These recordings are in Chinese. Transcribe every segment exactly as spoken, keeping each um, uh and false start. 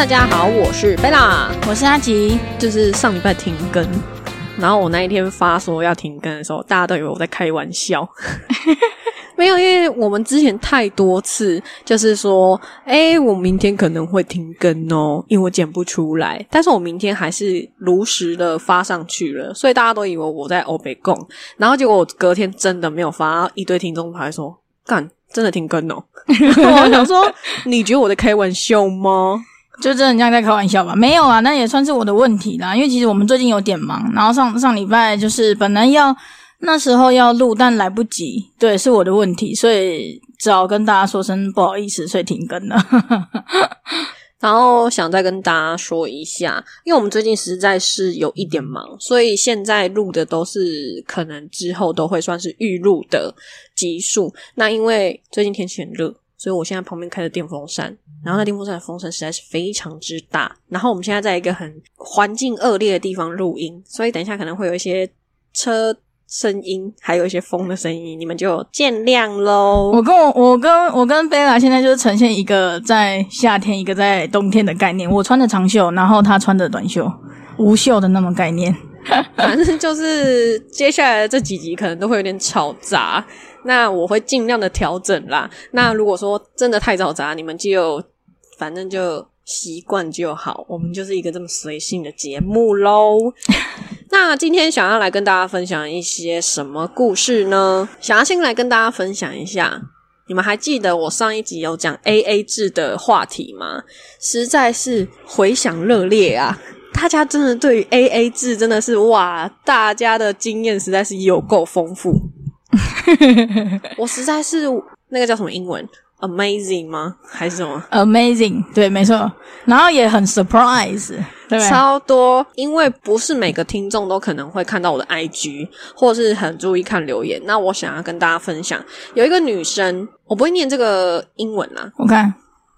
大家好，我是贝拉， 我是阿吉。 就是上礼拜停更，然后我那一天发说要停更的时候，大家都以为我在开玩笑。没有，因为我们之前太多次就是说诶我明天可能会停更哦，因为我剪不出来，但是我明天还是如实的发上去了，所以大家都以为我在欧北共，然后结果我隔天真的没有发，一堆听众还说干真的停更哦。我想说你觉得我在开玩笑吗？ 就真的像在开玩笑吧？没有啊，那也算是我的问题啦，因为其实我们最近有点忙，然后上上礼拜就是本来要那时候要录但来不及，对，是我的问题，所以只好跟大家说声不好意思，所以停更了。 然后想再跟大家说一下，因为我们最近实在是有一点忙，所以现在录的都是可能之后都会算是预录的集数。那因为最近天气很热，所以我现在旁边开着电风扇，然后那电风扇的风声实在是非常之大，然后我们现在在一个很环境恶劣的地方录音，所以等一下可能会有一些车声音，还有一些风的声音，你们就见谅咯。 我跟我我跟我跟贝拉现在就是呈现一个在夏天一个在冬天的概念，我穿的长袖，然后他穿的短袖，无袖的那种概念。 反正就是接下来的这几集可能都会有点吵杂，那我会尽量的调整啦。那如果说真的太嘈杂，你们就反正就习惯就好，我们就是一个这么随性的节目咯。那今天想要来跟大家分享一些什么故事呢？想要先来跟大家分享一下，你们还记得我上一集有讲 A A 制的话题吗？实在是回响热烈啊，大家真的对于 A A 制真的是哇，大家的经验实在是有够丰富。我实在是那个叫什么英文 amazing 吗？还是什么 amazing？ 对，没错。然后也很 surprise， 对不对？ 超多，因为不是每个听众都可能会看到我的 I G， 或是很注意看留言。那我想要跟大家分享，有一个女生，我不会念这个英文啦， 我看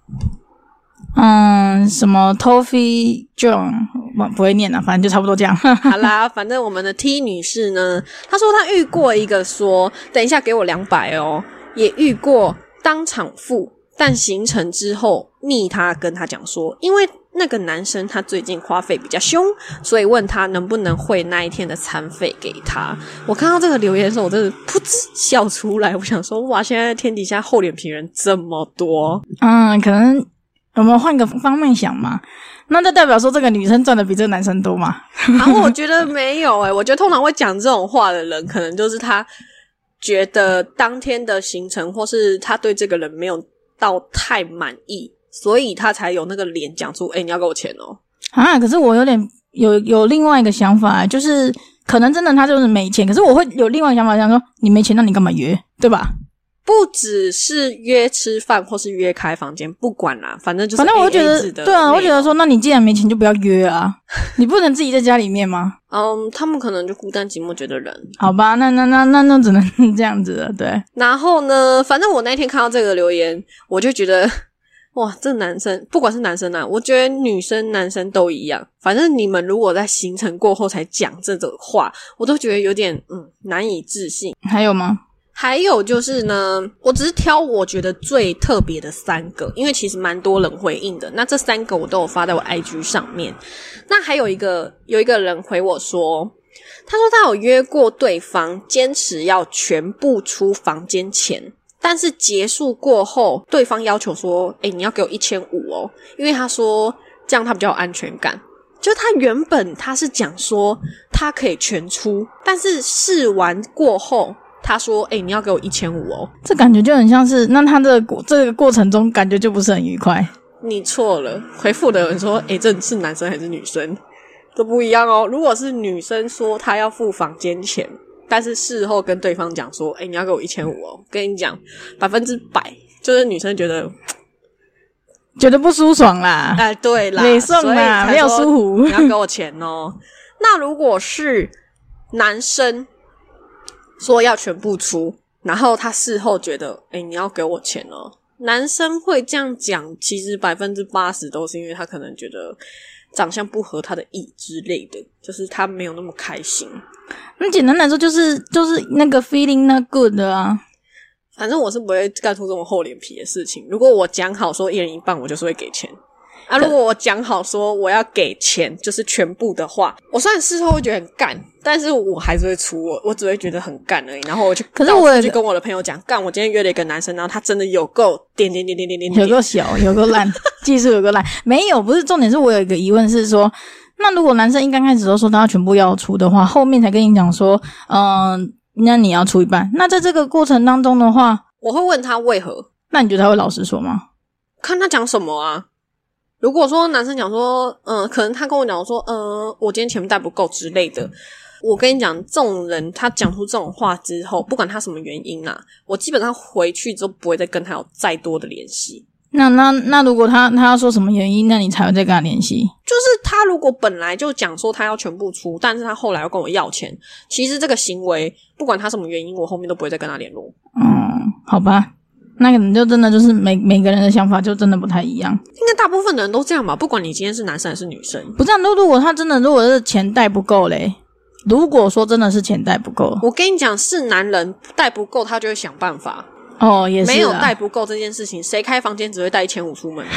嗯，什么 Toffee John， 我不会念啦，反正就差不多这样。 好啦，反正我们的 T 女士呢，她说她遇过一个说，等一下给我两百哦，也遇过当场付，但行程之后密她跟她讲说，因为那个男生他最近花费比较凶，所以问他能不能汇那一天的餐费给他。我看到这个留言的时候，我真的噗嗤笑出来，我想说哇，现在天底下厚脸皮人这么多。 嗯，可能我们换个方面想嘛，那就代表说这个女生赚的比这个男生多嘛？ 然后我觉得没有诶、欸、我觉得通常会讲这种话的人，可能就是他觉得当天的行程或是他对这个人没有到太满意，所以他才有那个脸讲出诶、欸、你要给我钱哦。 啊，可是我有点有有另外一个想法，就是可能真的他就是没钱，可是我会有另外一个想法，想说你没钱那你干嘛约，对吧？ 不只是约吃饭或是约开房间，不管啦，反正就是 A A 制的。 反正我觉得对啊，我觉得说那你既然没钱就不要约啊，你不能自己在家里面吗？ 嗯，他们可能就孤单寂寞觉得人。 好吧，那那那那那只能这样子了，对。 然后呢，反正我那天看到这个留言，我就觉得哇，这男生不管是男生啊，我觉得女生男生都一样，反正你们如果在行程过后才讲这种话，我都觉得有点嗯难以置信。 还有吗？ 还有就是呢，我只是挑我觉得最特别的三个，因为其实蛮多人回应的，那这三个我都有发在我 I G 上面。那还有一个有一个人回我说，他说他有约过对方坚持要全部出房间钱，但是结束过后对方要求说诶你要给我一千五百哦，因为他说这样他比较有安全感。就他原本他是讲说他可以全出，但是试完过后他说诶、欸、你要给我一千五百哦， 这感觉就很像是，那他这个这个过程中感觉就不是很愉快。 你错了，回复的人说诶、欸、这是男生还是女生都不一样哦。如果是女生说她要付房间钱，但是事后跟对方讲说诶、欸、你要给我一千五百哦，跟你讲百分之百就是女生觉得觉得不舒爽啦， 哎、呃，对啦， 没送啦，没有舒服， 你要给我钱哦。那如果是男生说要全部出，然后他事后觉得诶你要给我钱哦，男生会这样讲，其实 百分之八十 都是因为他可能觉得长相不合他的意之类的，就是他没有那么开心。 那简单来说就是就是那个 feeling not good 的啊。 反正我是不会干出这种厚脸皮的事情，如果我讲好说一人一半，我就是会给钱。 啊，如果我讲好说我要给钱，就是全部的话，我虽然事后会觉得很干，但是我还是会出我，我只会觉得很干而已。然后我就， 可是我就跟我的朋友讲，干，我今天约了一个男生，然后他真的有够点点点点点点， 有够小，有够烂，技术有够烂。没有，不是重点是我有一个疑问是说，那如果男生一刚开始都说他全部要出的话，后面才跟你讲说，嗯、呃，那你要出一半，那在这个过程当中的话， 我会问他为何？ 那你觉得他会老实说吗？ 看他讲什么啊。如果说男生讲说，嗯、呃，可能他跟我讲说，嗯、呃，我今天钱带不够之类的，我跟你讲，这种人他讲出这种话之后，不管他什么原因啦，我基本上回去之后不会再跟他有再多的联系。 那那那如果他他要说什么原因，那你才会再跟他联系？ 就是他如果本来就讲说他要全部出，但是他后来要跟我要钱，其实这个行为不管他什么原因，我后面都不会再跟他联络。 嗯，好吧。那可能就真的就是每每个人的想法就真的不太一样， 应该大部分的人都这样吧，不管你今天是男生还是女生。 不这样，如果他真的如果是钱带不够嘞，如果说真的是钱带不够， 我跟你讲，是男人带不够，他就会想办法。 哦，也是没有带不够这件事情，谁开房间只会带一千五出门？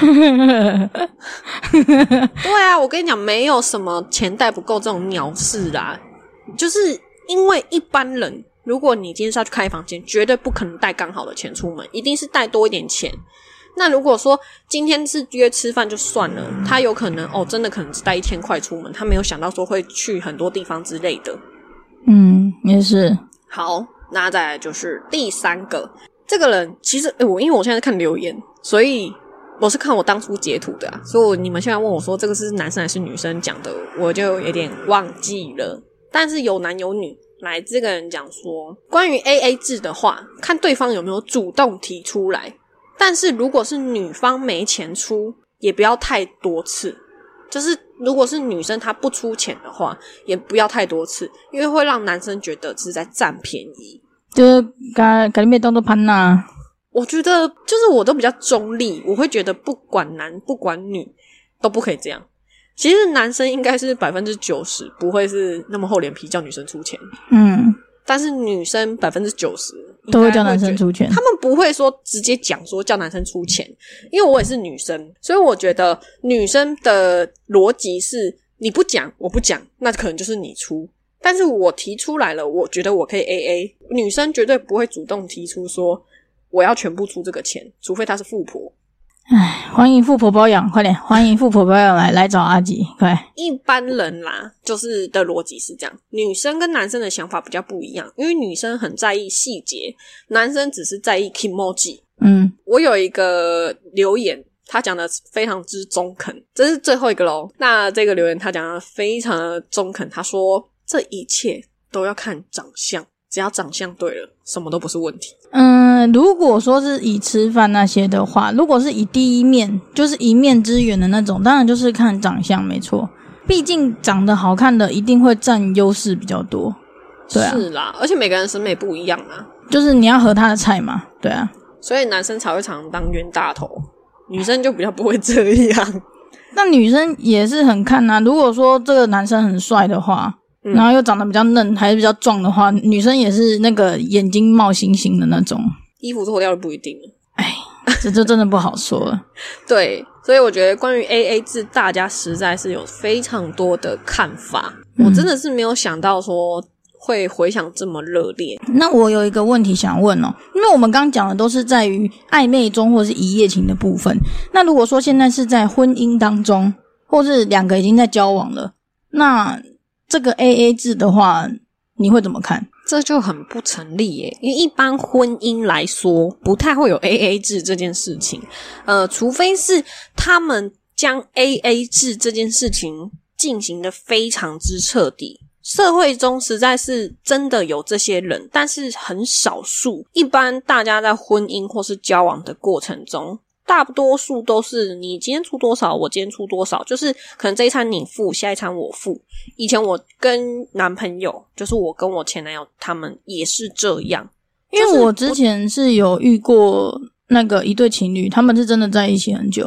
对啊，我跟你讲，没有什么钱带不够这种鸟事啦，就是因为一般人。如果你今天是要去开房间，绝对不可能带刚好的钱出门，一定是带多一点钱。那如果说今天是约吃饭就算了，他有可能哦，真的可能只带一千块出门，他没有想到说会去很多地方之类的。 嗯，也是。 好，那再来就是第三个，这个人其实诶我因为我现在在看留言，所以我是看我当初截图的啊，所以你们现在问我说这个是男生还是女生讲的，我就有点忘记了。但是有男有女。来，这个人讲说，关于 A A 制的话，看对方有没有主动提出来。但是如果是女方没钱出，也不要太多次。就是如果是女生她不出钱的话，也不要太多次，因为会让男生觉得是在占便宜。 就是该该没当做潘娜。 我觉得就是我都比较中立，我会觉得不管男不管女都不可以这样。其实男生应该是 百分之九十 不会是那么厚脸皮叫女生出钱。 嗯， 但是女生 百分之九十都会叫男生出钱， 他们不会说直接讲说叫男生出钱，因为我也是女生，所以我觉得女生的逻辑是你不讲我不讲，那可能就是你出，但是我提出来了，我觉得我可以 A A， 女生绝对不会主动提出说我要全部出这个钱，除非她是富婆。 唉，欢迎富婆包养，快点，欢迎富婆包养来来找阿吉，快！ 一般人啦，就是的逻辑是这样，女生跟男生的想法比较不一样，因为女生很在意细节，男生只是在意 kimoji。 嗯， 我有一个留言，他讲的非常之中肯，这是最后一个咯。那这个留言他讲的非常的中肯，他说这一切都要看长相，只要长相对了，什么都不是问题。 嗯，如果说是以吃饭那些的话，如果是以第一面就是一面之缘的那种，当然就是看长相没错，毕竟长得好看的一定会占优势比较多。对啊， 是啦，而且每个人审美不一样啊， 就是你要合他的菜嘛。对啊， 所以男生才会常常当冤大头，女生就比较不会这样。 那女生也是很看啊，如果说这个男生很帅的话，嗯，然后又长得比较嫩还是比较壮的话，女生也是那个眼睛冒星星的那种， 衣服脱掉就不一定了。 哎，这就真的不好说了。 对，所以我觉得关于 A A 制大家实在是有非常多的看法，嗯，我真的是没有想到说会回响这么热烈。 那我有一个问题想问哦，因为我们刚刚讲的都是在于暧昧中或是一夜情的部分，那如果说现在是在婚姻当中，或是两个已经在交往了，那这个 A A 制的话你会怎么看？ 这就很不成立耶，因为一般婚姻来说不太会有 A A 制这件事情，呃，除非是他们将 A A 制这件事情进行的非常之彻底。社会中实在是真的有这些人，但是很少数。一般大家在婚姻或是交往的过程中，大多数都是你今天出多少我今天出多少，就是可能这一餐你付下一餐我付。以前我跟男朋友，就是我跟我前男友他们也是这样， 因为我之前是有遇过那个一对情侣，他们是真的在一起很久，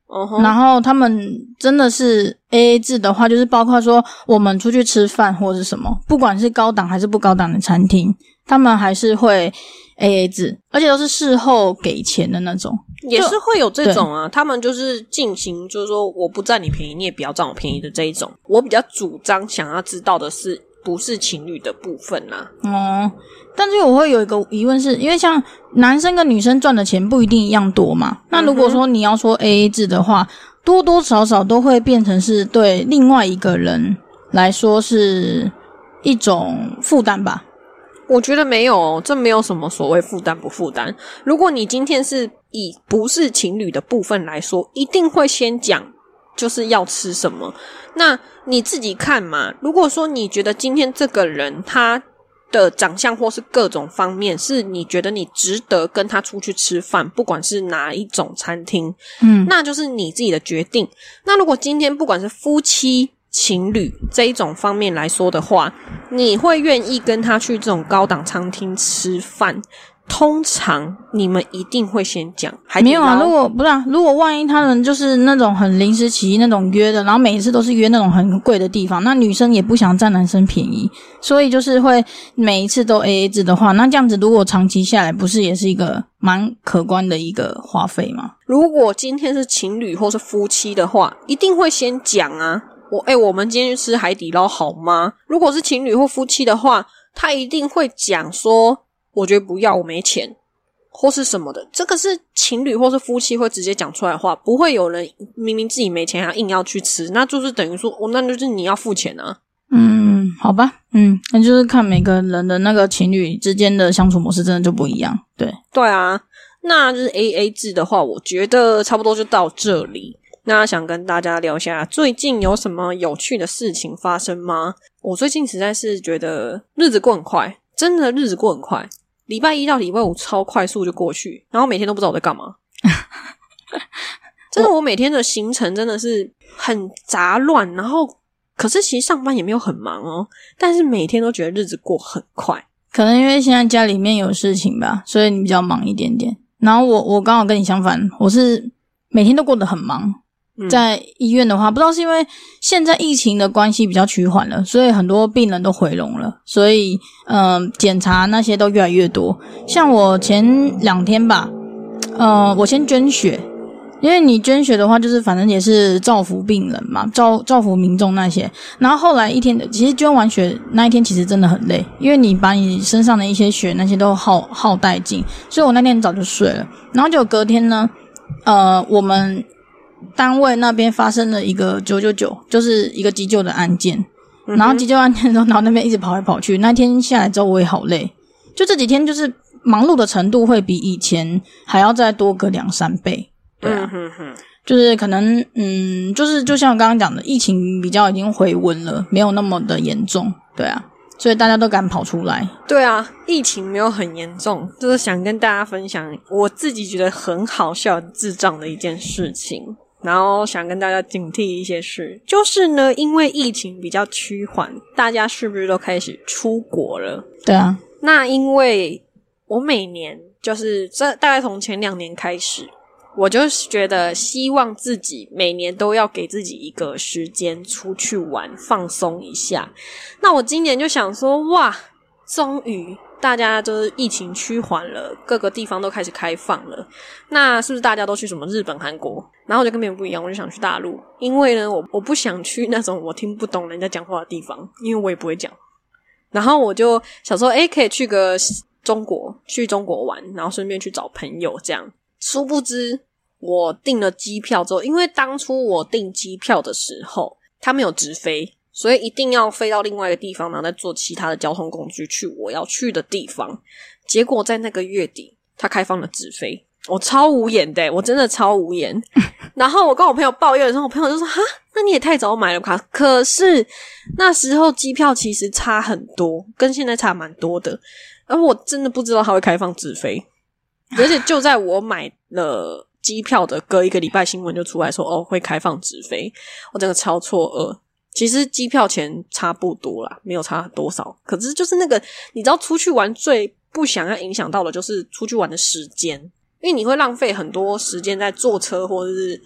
Uh-huh. 然后他们真的是 A A 制的话，就是包括说我们出去吃饭或是什么，不管是高档还是不高档的餐厅，他们还是会 A A 制，而且都是事后给钱的那种。 也是会有这种啊，他们就是进行就是说我不占你便宜你也不要占我便宜的这一种。我比较主张想要知道的是不是情侣的部分啦。 哦，但是我会有一个疑问是，因为像男生跟女生赚的钱不一定一样多嘛，那如果说你要说 A A 制的话，多多少少都会变成是对另外一个人来说是一种负担吧。 我觉得没有，这没有什么所谓负担不负担。如果你今天是以不是情侣的部分来说，一定会先讲就是要吃什么。那你自己看嘛，如果说你觉得今天这个人他的长相或是各种方面是你觉得你值得跟他出去吃饭，不管是哪一种餐厅，嗯，那就是你自己的决定。那如果今天不管是夫妻情侣这一种方面来说的话，你会愿意跟他去这种高档餐厅吃饭，通常你们一定会先讲。 没有啊，如果不是啊，如果万一他们就是那种很临时起意那种约的，然后每一次都是约那种很贵的地方，那女生也不想占男生便宜，所以就是会每一次都 A A 制的话，那这样子如果长期下来，不是也是一个蛮可观的一个花费吗？ 如果今天是情侣或是夫妻的话，一定会先讲啊。我诶、欸、我们今天去吃海底捞好吗？如果是情侣或夫妻的话，他一定会讲说我觉得不要，我没钱或是什么的。这个是情侣或是夫妻会直接讲出来的话，不会有人明明自己没钱还硬要去吃，那就是等于说哦，那就是你要付钱啊。 嗯，好吧，嗯，那就是看每个人的那个情侣之间的相处模式真的就不一样。对对啊，那就是 A A 制的话，我觉得差不多就到这里。那想跟大家聊一下最近有什么有趣的事情发生吗？我最近实在是觉得日子过很快，真的日子过很快，礼拜一到礼拜五超快速就过去，然后每天都不知道我在干嘛。真的我每天的行程真的是很杂乱，然后可是其实上班也没有很忙哦，但是每天都觉得日子过很快。 可能因为现在家里面有事情吧，所以你比较忙一点点。然后我我刚好跟你相反，我是每天都过得很忙。在医院的话，不知道是因为现在疫情的关系比较趋缓了，所以很多病人都回笼了，所以嗯、呃，检查那些都越来越多。像我前两天吧，呃，我先捐血，因为你捐血的话，就是反正也是造福病人嘛，造造福民众那些。然后后来一天，其实捐完血那一天其实真的很累，因为你把你身上的一些血那些都耗耗殆尽，所以我那天早就睡了。然后就隔天呢，呃，我们单位那边发生了一个九九九，就是一个急救的案件，嗯、然后急救案件的时候，然后那边一直跑来跑去。那天下来之后，我也好累，就这几天就是忙碌的程度会比以前还要再多个两三倍。对啊，嗯、哼哼就是可能嗯，就是就像我刚刚讲的，疫情比较已经回温了，没有那么的严重。对啊，所以大家都敢跑出来。 对啊，疫情没有很严重，就是想跟大家分享我自己觉得很好笑很智障的一件事情。然后想跟大家警惕一些事，就是呢，因为疫情比较趋缓，大家是不是都开始出国了？ 对啊。 那因为我每年就是这大概从前两年开始，我就是觉得希望自己每年都要给自己一个时间出去玩放松一下。那我今年就想说，哇，终于大家就是疫情趋缓了，各个地方都开始开放了，那是不是大家都去什么日本韩国？然后我就跟别人不一样，我就想去大陆，因为呢我我不想去那种我听不懂人家讲话的地方，因为我也不会讲。然后我就想说诶可以去个中国，去中国玩，然后顺便去找朋友这样。殊不知我订了机票之后，因为当初我订机票的时候它没有直飞，所以一定要飞到另外一个地方，然后再坐其他的交通工具去我要去的地方。结果在那个月底它开放了直飞，我超无言的，我真的超无言。然后我跟我朋友抱怨的时候，我朋友就说哈，那你也太早买了吧。可是那时候机票其实差很多，跟现在差蛮多的，而我真的不知道它会开放直飞。而且就在我买了机票的隔一个礼拜，新闻就出来说哦会开放直飞，我真的超错愕。其实机票钱差不多啦，没有差多少，可是就是那个你知道出去玩最不想要影响到的就是出去玩的时间，因为你会浪费很多时间在坐车或者是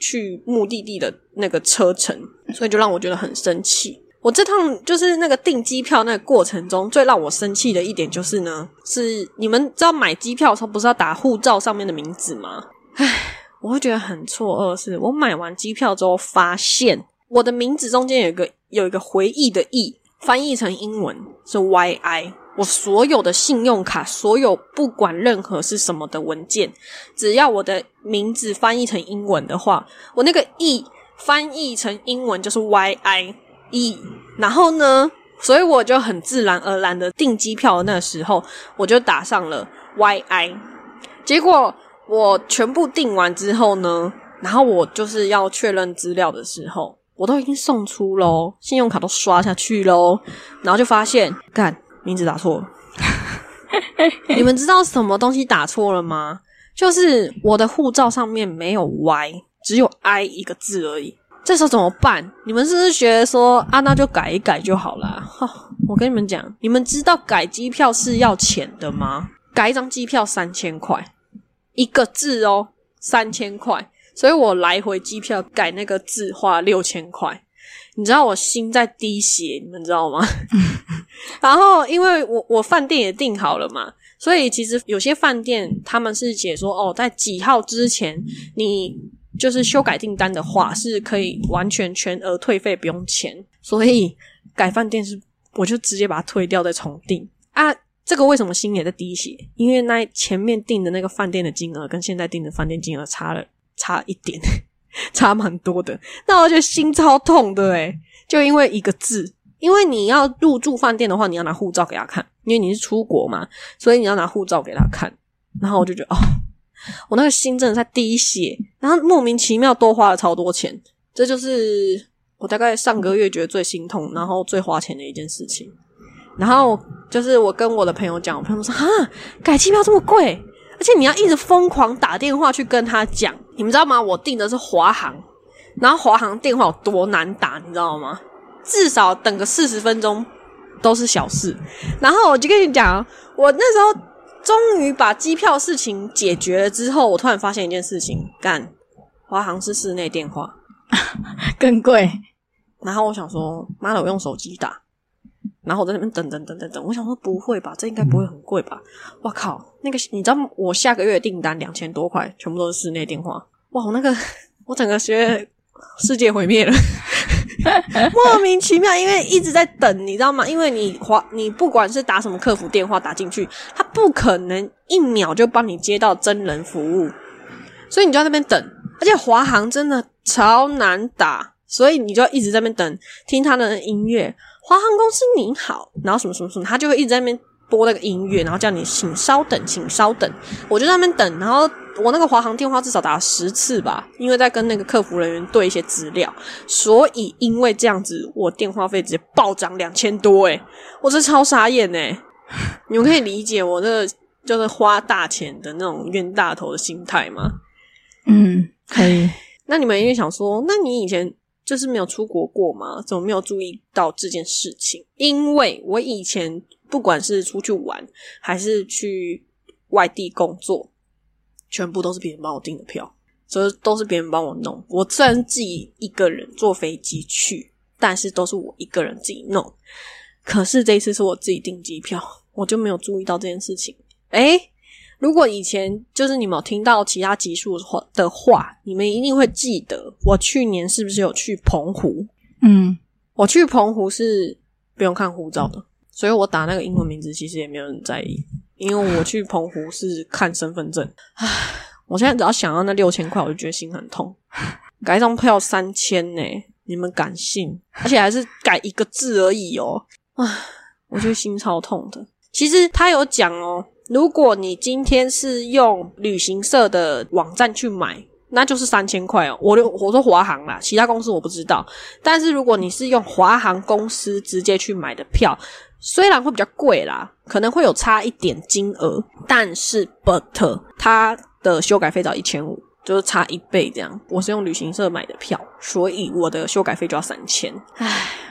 去目的地的那个车程，所以就让我觉得很生气。我这趟就是那个订机票那个过程中最让我生气的一点就是呢，是你们知道买机票的时候不是要打护照上面的名字吗？唉，我会觉得很错愕，是我买完机票之后发现我的名字中间有一个有一个回忆的忆，翻译成英文是 Y I， 我所有的信用卡，所有不管任何是什么的文件，只要我的名字翻译成英文的话，我那个 E 翻译成英文就是 Y I E， 然后呢，所以我就很自然而然的订机票的那个时候，我就打上了 Y I。结果我全部订完之后呢，然后我就是要确认资料的时候，我都已经送出咯，信用卡都刷下去咯，然后就发现，干，名字打错了。你们知道什么东西打错了吗？就是我的护照上面没有 Y， 只有 I 一个字而已。这时候怎么办？你们是不是觉得说啊，那就改一改就好啦？哦，我跟你们讲，你们知道改机票是要钱的吗？改一张机票三千块，一个字哦，三千块。所以我来回机票改那个字花六千块。你知道我心在滴血，你们知道吗？然后因为我我饭店也订好了嘛，所以其实有些饭店他们是写说哦，在几号之前你就是修改订单的话是可以完全全额退费不用钱，所以改饭店是我就直接把它退掉再重订啊。这个为什么心也在滴血？因为那前面订的那个饭店的金额跟现在订的饭店金额差了差一点，差蛮多的。那我觉得心超痛的诶，就因为一个字。因为你要入住饭店的话，你要拿护照给他看，因为你是出国嘛，所以你要拿护照给他看。然后我就觉得哦，我那个心真的在滴血，然后莫名其妙多花了超多钱。这就是我大概上个月觉得最心痛然后最花钱的一件事情。然后就是我跟我的朋友讲，我朋友说哈，改机票这么贵，而且你要一直疯狂打电话去跟他讲。你们知道吗？我订的是华航，然后华航电话有多难打你知道吗？至少等个四十分钟都是小事。然后我就跟你讲，我那时候终于把机票事情解决了之后，我突然发现一件事情，干，华航是室内电话更贵。 然后我想说妈的，我用手机打，然后我在那边等等等等等，我想说不会吧，这应该不会很贵吧。哇靠，那个你知道我下个月的订单两千多块全部都是室内电话。哇，我那个我整个觉得世界毁灭了莫名其妙，因为一直在等，你知道吗？因为你华你不管是打什么客服电话打进去，他不可能一秒就帮你接到真人服务，所以你就在那边等。而且华航真的超难打，所以你就要一直在那边等，听他的音乐，华航公司您好，然后什么什么什么，他就会一直在那边播那个音乐，然后叫你请稍等请稍等。我就在那边等，然后我那个华航电话至少打了十次吧，因为在跟那个客服人员对一些资料，所以因为这样子我电话费直接暴涨两千多诶，我这超傻眼诶。你们可以理解我这个就是花大钱的那种冤大头的心态吗？ 嗯，可以。 那你们一定想说，那你以前就是没有出国过吗？怎么没有注意到这件事情？因为我以前不管是出去玩还是去外地工作，全部都是别人帮我订的票，所以都是别人帮我弄。我虽然是自己一个人坐飞机去，但是都是我一个人自己弄。可是这一次是我自己订机票，我就没有注意到这件事情。诶，如果以前就是你们有听到其他集数的话，你们一定会记得我去年是不是有去澎湖。 嗯， 我去澎湖是不用看护照的，所以我打那个英文名字其实也没有人在意，因为我去澎湖是看身份证。唉，我现在只要想到那六千块我就觉得心很痛。改一张票三千耶，你们敢信？而且还是改一个字而已哦。唉，我觉得心超痛的。其实他有讲哦，如果你今天是用旅行社的网站去买，那就是三千块哦。我我说华航啦，其他公司我不知道。但是如果你是用华航公司直接去买的票，虽然会比较贵啦，可能会有差一点金额，但是 but 它的修改费只要一千五，就是差一倍这样。我是用旅行社买的票，所以我的修改费就要三千。唉，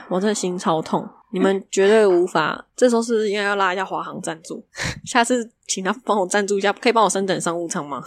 我真的心超痛，你们绝对无法。这时候是不是应该要拉一下华航赞助？下次请他帮我赞助一下，可以帮我升等商务舱吗？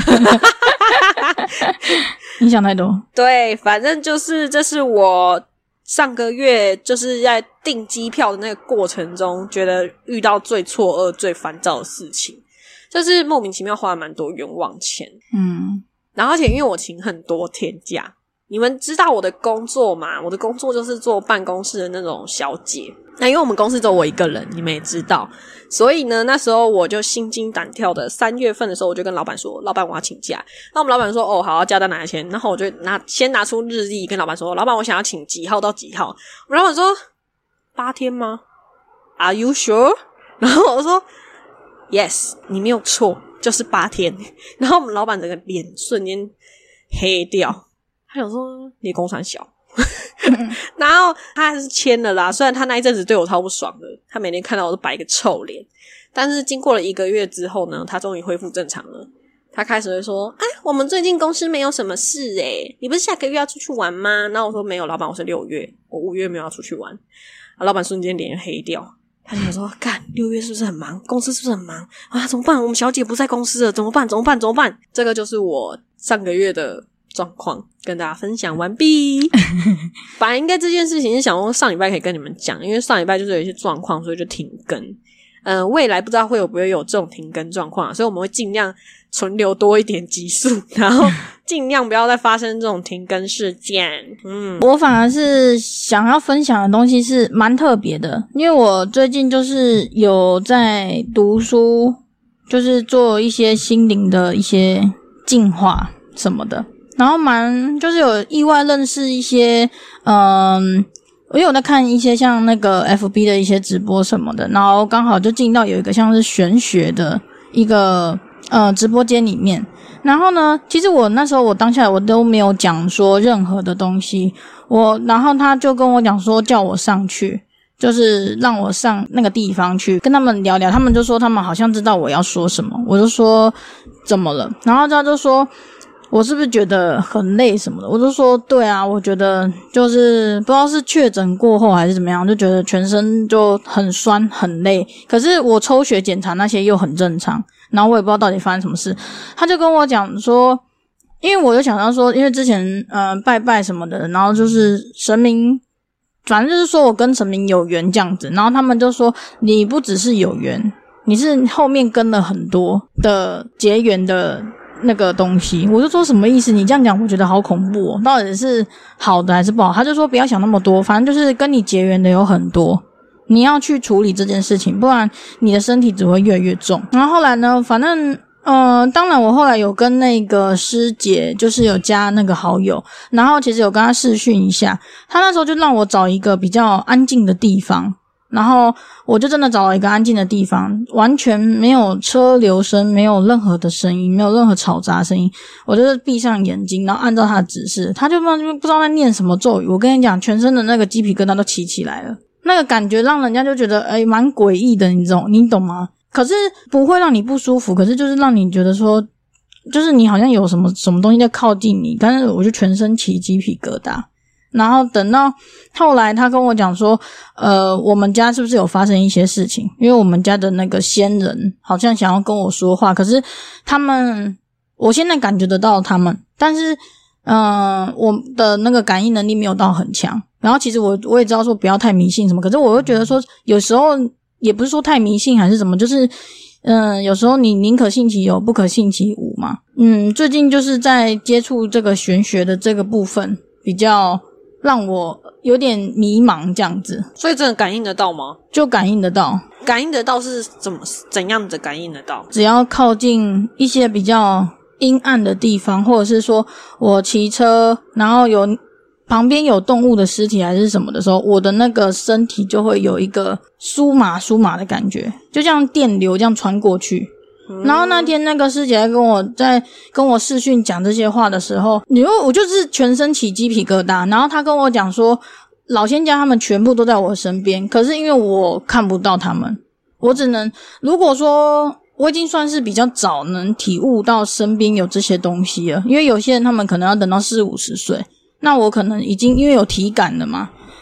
你想太多。 对，反正就是这是我上个月就是在订机票的那个过程中，觉得遇到最错愕、最烦躁的事情，就是莫名其妙花了蛮多冤枉钱。 嗯， 然后而且因为我请很多天假，你们知道我的工作嘛？我的工作就是做办公室的那种小姐。那因为我们公司只有我一个人，你们也知道，所以呢，那时候我就心惊胆跳的。三月份的时候，我就跟老板说：“老板，我要请假。”那我们老板说：“哦，好，假单哪一天？”然后我就拿先拿出日历跟老板说：“老板，我想要请几号到几号？”我们老板说：“八天吗 ？Are you sure？” 然后我说 ：“Yes， 你没有错，就是八天。”然后我们老板整个脸瞬间黑掉。他想说你工厂小然后他还是签了啦，虽然他那一阵子对我超不爽的，他每天看到我都摆一个臭脸，但是经过了一个月之后呢，他终于恢复正常了。他开始会说：“哎，我们最近公司没有什么事诶，你不是下个月要出去玩吗？”然后我说：“没有，老板，我是六月，我五月没有要出去玩。”老板瞬间脸黑掉，他就说：“干，六月是不是很忙？公司是不是很忙啊？怎么办？我们小姐不在公司了，怎么办？怎么办？怎么办？”这个就是我上个月的状况，跟大家分享完毕。本来应该这件事情是想说上礼拜可以跟你们讲，因为上礼拜就是有一些状况，所以就停更。嗯、呃，未来不知道会有不会有这种停更状况，所以我们会尽量存留多一点集数，然后尽量不要再发生这种停更事件。嗯， 我反而是想要分享的东西是蛮特别的，因为我最近就是有在读书，就是做一些心灵的一些进化什么的。然后蛮就是有意外认识一些嗯，因为我在看一些像那个 F B 的一些直播什么的，然后刚好就进到有一个像是玄学的一个呃直播间里面。然后呢，其实我那时候我当下我都没有讲说任何的东西，我然后他就跟我讲说叫我上去，就是让我上那个地方去跟他们聊聊，他们就说他们好像知道我要说什么，我就说怎么了，然后他就说我是不是觉得很累什么的，我就说对啊，我觉得就是不知道是确诊过后还是怎么样，就觉得全身就很酸很累，可是我抽血检查那些又很正常，然后我也不知道到底发生什么事。他就跟我讲说，因为我就想到说，因为之前呃拜拜什么的，然后就是神明反正就是说我跟神明有缘这样子，然后他们就说你不只是有缘，你是后面跟了很多的结缘的那个东西。我就说什么意思？你这样讲我觉得好恐怖哦，到底是好的还是不好？他就说不要想那么多，反正就是跟你结缘的有很多，你要去处理这件事情，不然你的身体只会越来越重。然后后来呢，反正呃，当然我后来有跟那个师姐就是有加那个好友，然后其实有跟他视讯一下，他那时候就让我找一个比较安静的地方，然后我就真的找了一个安静的地方，完全没有车流声，没有任何的声音，没有任何吵杂声音，我就是闭上眼睛，然后按照他的指示，他就不知道在念什么咒语，我跟你讲，全身的那个鸡皮疙瘩都起起来了，那个感觉让人家就觉得诶蛮诡异的，你懂你懂吗？可是不会让你不舒服，可是就是让你觉得说就是你好像有什么什么东西在靠近你，但是我就全身起鸡皮疙瘩。然后等到后来他跟我讲说呃我们家是不是有发生一些事情，因为我们家的那个仙人好像想要跟我说话，可是他们我现在感觉得到他们，但是嗯、呃，我的那个感应能力没有到很强，然后其实我我也知道说不要太迷信什么，可是我又觉得说有时候也不是说太迷信还是什么，就是嗯，有时候你宁可信其有不可信其无嘛。嗯，最近就是在接触这个玄学的这个部分比较让我有点迷茫这样子。 所以真的感应得到吗？ 就感应得到。 感应得到是怎么怎样的感应得到？ 只要靠近一些比较阴暗的地方，或者是说我骑车然后有旁边有动物的尸体还是什么的时候，我的那个身体就会有一个酥麻酥麻的感觉，就像电流这样穿过去。嗯、然后那天那个师姐在跟我在跟我视讯讲这些话的时候，你我就是全身起鸡皮疙瘩，然后他跟我讲说老仙家他们全部都在我身边，可是因为我看不到他们，我只能如果说我已经算是比较早能体悟到身边有这些东西了，因为有些人他们可能要等到四五十岁，那我可能已经因为有体感了嘛，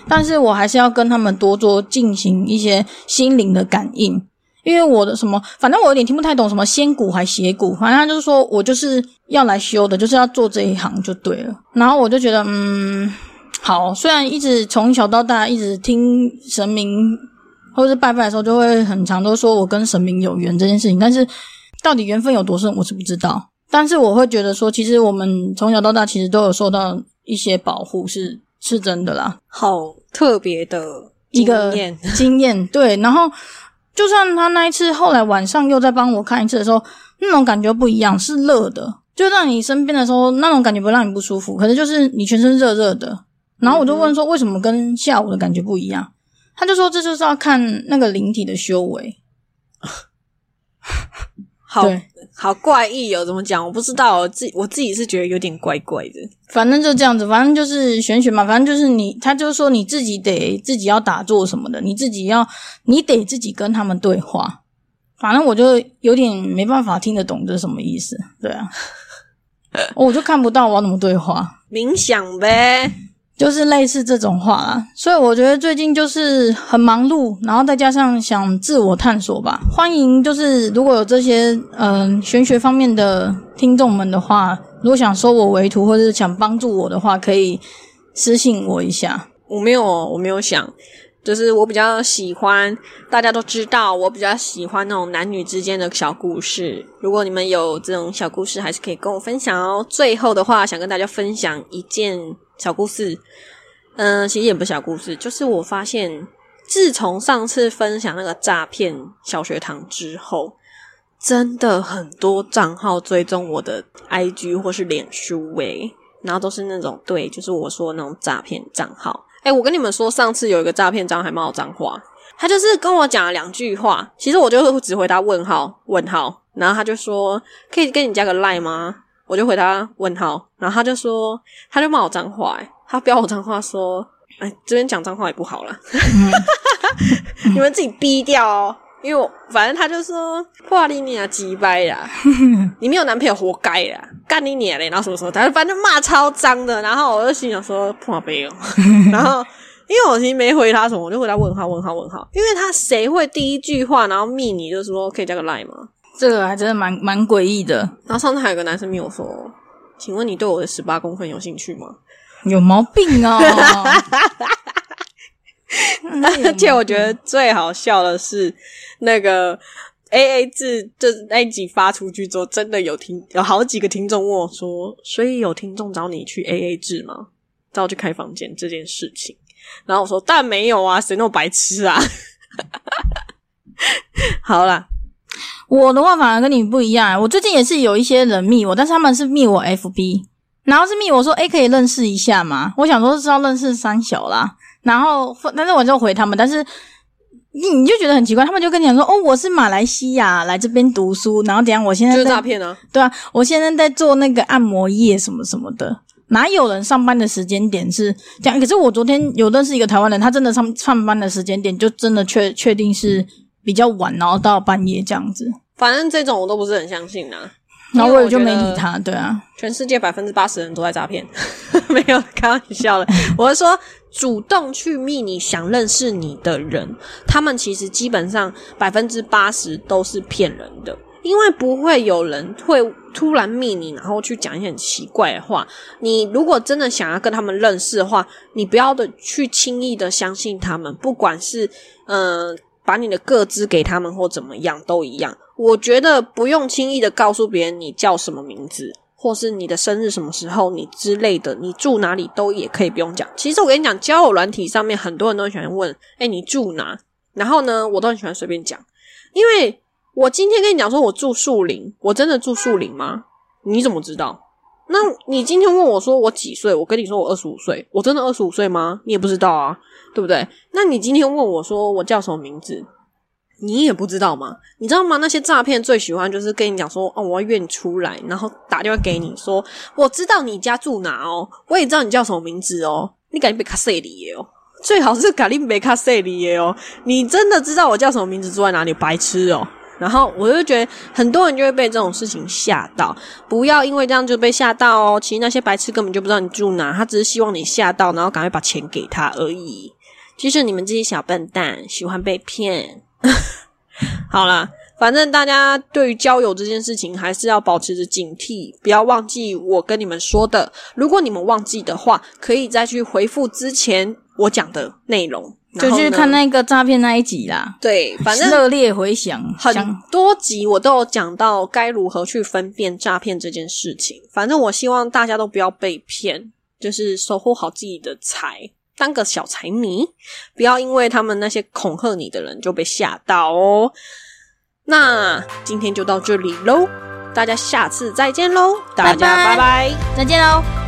但是我还是要跟他们多做进行一些心灵的感应。因为我的什么，反正我有点听不太懂什么仙骨还邪骨，反正他就是说我就是要来修的，就是要做这一行就对了。然后我就觉得嗯好，虽然一直从小到大一直听神明或者是拜拜的时候就会很常都说我跟神明有缘这件事情，但是到底缘分有多深我是不知道。但是我会觉得说其实我们从小到大其实都有受到一些保护，是是真的啦。 好特别的一个经验经验对。然后就算他那一次后来晚上又再帮我看一次的时候，那种感觉不一样，是热的，就让你身边的时候那种感觉不会让你不舒服，可是就是你全身热热的。然后我就问说为什么跟下午的感觉不一样，他就说这就是要看那个灵体的修为。 好好怪异哦，怎么讲我不知道，我自己我自己是觉得有点怪怪的。 反正就这样子，反正就是玄学嘛，反正就是你他就说你自己得自己要打坐什么的，你自己要你得自己跟他们对话。反正我就有点没办法听得懂这是什么意思。对啊我就看不到我要怎么对话， 冥想呗， 就是类似这种话啦。所以我觉得最近就是很忙碌，然后再加上想自我探索吧。欢迎就是如果有这些嗯、呃、玄学方面的听众们的话，如果想收我为徒或者是想帮助我的话，可以私信我一下。 我没有我没有想，就是我比较喜欢，大家都知道我比较喜欢那种男女之间的小故事，如果你们有这种小故事还是可以跟我分享哦。最后的话想跟大家分享一件小故事，嗯、呃，其实也不是小故事，就是我发现自从上次分享那个诈骗小学堂之后，真的很多账号追踪我的 I G 或是脸书诶，然后都是那种对，就是我说的那种诈骗账号。诶，我跟你们说上次有一个诈骗账号还骂我脏话，他就是跟我讲了两句话，其实我就只回答问号问号，然后他就说可以跟你加个 line 吗？我就回答问号，然后他就说他就骂我脏话，诶他标我脏话说哎，这边讲脏话也不好啦、嗯、你们自己逼掉哦，因为我反正他就说哇你娘鸡掰啦你没有男朋友活该啦，干你娘嘞，然后什么什么，他反正骂超脏的，然后我就心想说破杯哦然后因为我其实没回他什么，我就回他问号问号问号，因为他谁会第一句话然后密你就说可以加个 line 吗？ 这个还真的蛮蛮诡异的。 然后上次还有个男生密我说请问你对我的十八公分有兴趣吗？ 有毛病哦而且我觉得最好笑的是那个 A A 制，就是那一集发出去之后真的有听有好几个听众问我说所以有听众找你去 A A 制吗？找我去开房间这件事情，然后我说但没有啊，谁那么白痴啊好啦， 我的话反而跟你不一样，我最近也是有一些人密我，但是他们是密我 F B， 然后是密我说诶可以认识一下吗？我想说是要认识三小啦，然后但是我就回他们，但是你你就觉得很奇怪，他们就跟你讲说哦我是马来西亚来这边读书，然后等一下我现在在就是诈骗啊， 对啊，我现在在做那个按摩业什么什么的，哪有人上班的时间点是这样？可是我昨天有认识一个台湾人，他真的上上班的时间点就真的确确定是比较晚，然后到半夜这样子。 反正这种我都不是很相信啊， 然后我也就没理他。对啊， 全世界百分之八十人都在诈骗没有开玩笑的我是说主动去密你想认识你的人，他们其实基本上百分之八十都是骗人的，因为不会有人会突然密你然后去讲一些很奇怪的话，你如果真的想要跟他们认识的话，你不要的去轻易的相信他们，不管是呃把你的个资给他们或怎么样都一样。我觉得不用轻易的告诉别人你叫什么名字或是你的生日什么时候你之类的，你住哪里都也可以不用讲。其实我跟你讲，交友软体上面很多人都很喜欢问诶你住哪，然后呢我都很喜欢随便讲，因为我今天跟你讲说我住树林，我真的住树林吗？你怎么知道？那你今天问我说我几岁，我跟你说我二十五岁，我真的二十五岁吗？你也不知道啊，对不对？那你今天问我说我叫什么名字，你也不知道吗？你知道吗？那些诈骗最喜欢就是跟你讲说哦我要约你出来，然后打电话给你说我知道你家住哪哦，我也知道你叫什么名字哦，你赶紧被卡塞里耶哦，最好是赶紧被卡塞里耶哦，你真的知道我叫什么名字住在哪里，白痴哦。然后我就觉得很多人就会被这种事情吓到，不要因为这样就被吓到哦。其实那些白痴根本就不知道你住哪，他只是希望你吓到然后赶快把钱给他而已。 即使你们这些小笨蛋喜欢被骗。好啦，反正大家对于交友这件事情还是要保持着警惕，不要忘记我跟你们说的。如果你们忘记的话，可以再去回复之前我讲的内容， 就去看那个诈骗那一集啦。 对，反正热烈回响， 很多集我都有讲到该如何去分辨诈骗这件事情。反正我希望大家都不要被骗，就是守护好自己的财，当个小财迷，不要因为他们那些恐吓你的人就被吓到哦。那今天就到这里咯，大家下次再见咯，大家拜拜， 再见咯。